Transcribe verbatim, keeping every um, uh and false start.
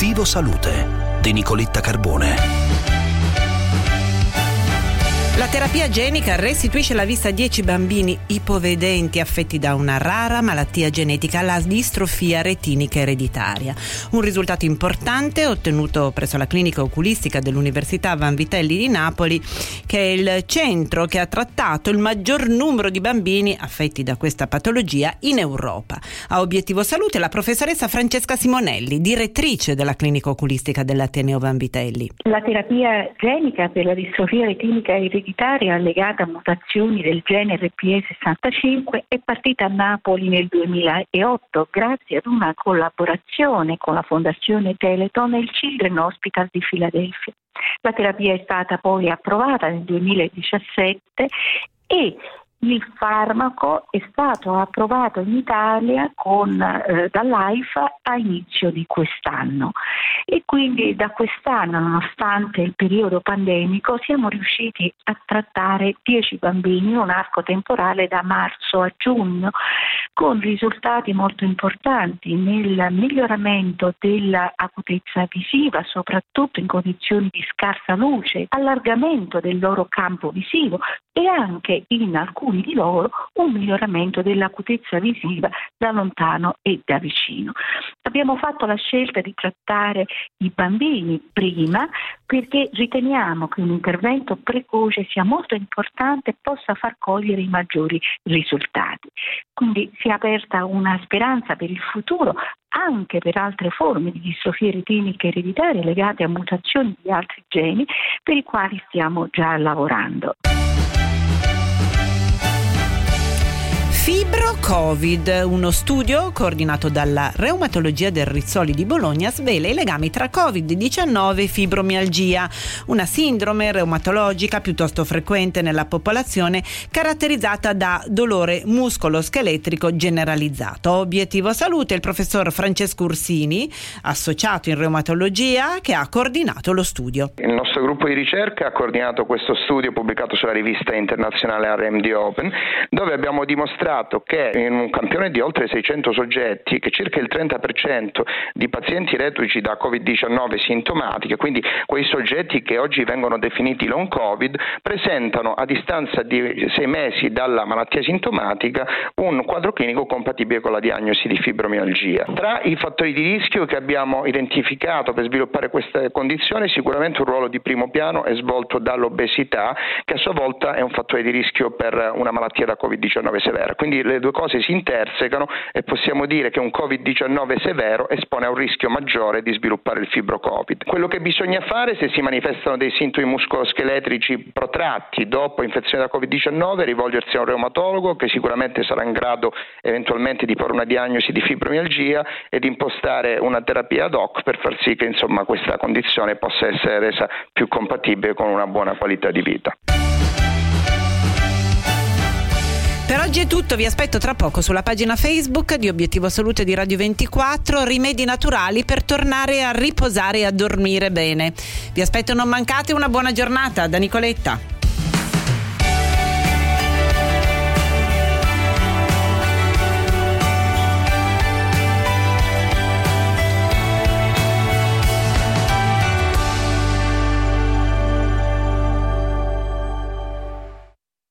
Obiettivo Salute di Nicoletta Carbone. La terapia genica restituisce la vista a dieci bambini ipovedenti affetti da una rara malattia genetica, la distrofia retinica ereditaria. Un risultato importante ottenuto presso la clinica oculistica dell'Università Vanvitelli di Napoli, che è il centro che ha trattato il maggior numero di bambini affetti da questa patologia in Europa. A Obiettivo Salute la professoressa Francesca Simonelli, direttrice della clinica oculistica dell'Ateneo Vanvitelli. La terapia genica per la distrofia retinica ereditaria legata a mutazioni del gene R P E sessantacinque è partita a Napoli nel duemilaotto grazie ad una collaborazione con la Fondazione Telethon e il Children's Hospital di Filadelfia. La terapia è stata poi approvata nel duemiladiciassette e il farmaco è stato approvato in Italia con, eh, dall'AIFA a inizio di quest'anno e quindi da quest'anno, nonostante il periodo pandemico, siamo riusciti a trattare dieci bambini in un arco temporale da marzo a giugno, con risultati molto importanti nel miglioramento dell'acutezza visiva, soprattutto in condizioni di scarsa luce, allargamento del loro campo visivo e anche in alcuni di loro un miglioramento dell'acutezza visiva da lontano e da vicino. Abbiamo fatto la scelta di trattare i bambini prima perché riteniamo che un intervento precoce sia molto importante e possa far cogliere i maggiori risultati. Quindi si è aperta una speranza per il futuro anche per altre forme di distrofie retiniche ereditarie legate a mutazioni di altri geni per i quali stiamo già lavorando. Fibro Covid, uno studio coordinato dalla Reumatologia del Rizzoli di Bologna, svela i legami tra covid diciannove e fibromialgia, una sindrome reumatologica piuttosto frequente nella popolazione caratterizzata da dolore muscoloscheletrico generalizzato. Obiettivo Salute il professor Francesco Ursini, associato in reumatologia, che ha coordinato lo studio. Il nostro gruppo di ricerca ha coordinato questo studio pubblicato sulla rivista internazionale R M D Open, dove abbiamo dimostrato che in un campione di oltre seicento soggetti, che circa il trenta per cento di pazienti reduci da covid diciannove sintomatiche, quindi quei soggetti che oggi vengono definiti long covid, presentano a distanza di sei mesi dalla malattia sintomatica un quadro clinico compatibile con la diagnosi di fibromialgia. Tra i fattori di rischio che abbiamo identificato per sviluppare questa condizione, sicuramente un ruolo di primo piano è svolto dall'obesità, che a sua volta è un fattore di rischio per una malattia da covid diciannove severa. Quindi le due cose si intersecano e possiamo dire che un covid diciannove severo espone a un rischio maggiore di sviluppare il fibro-covid. Quello che bisogna fare, se si manifestano dei sintomi muscoloscheletrici protratti dopo infezione da covid diciannove, rivolgersi a un reumatologo che sicuramente sarà in grado eventualmente di porre una diagnosi di fibromialgia e di impostare una terapia ad hoc per far sì che insomma questa condizione possa essere resa più compatibile con una buona qualità di vita. Per oggi è tutto, vi aspetto tra poco sulla pagina Facebook di Obiettivo Salute di Radio ventiquattro, rimedi naturali per tornare a riposare e a dormire bene. Vi aspetto, non mancate, una buona giornata da Nicoletta.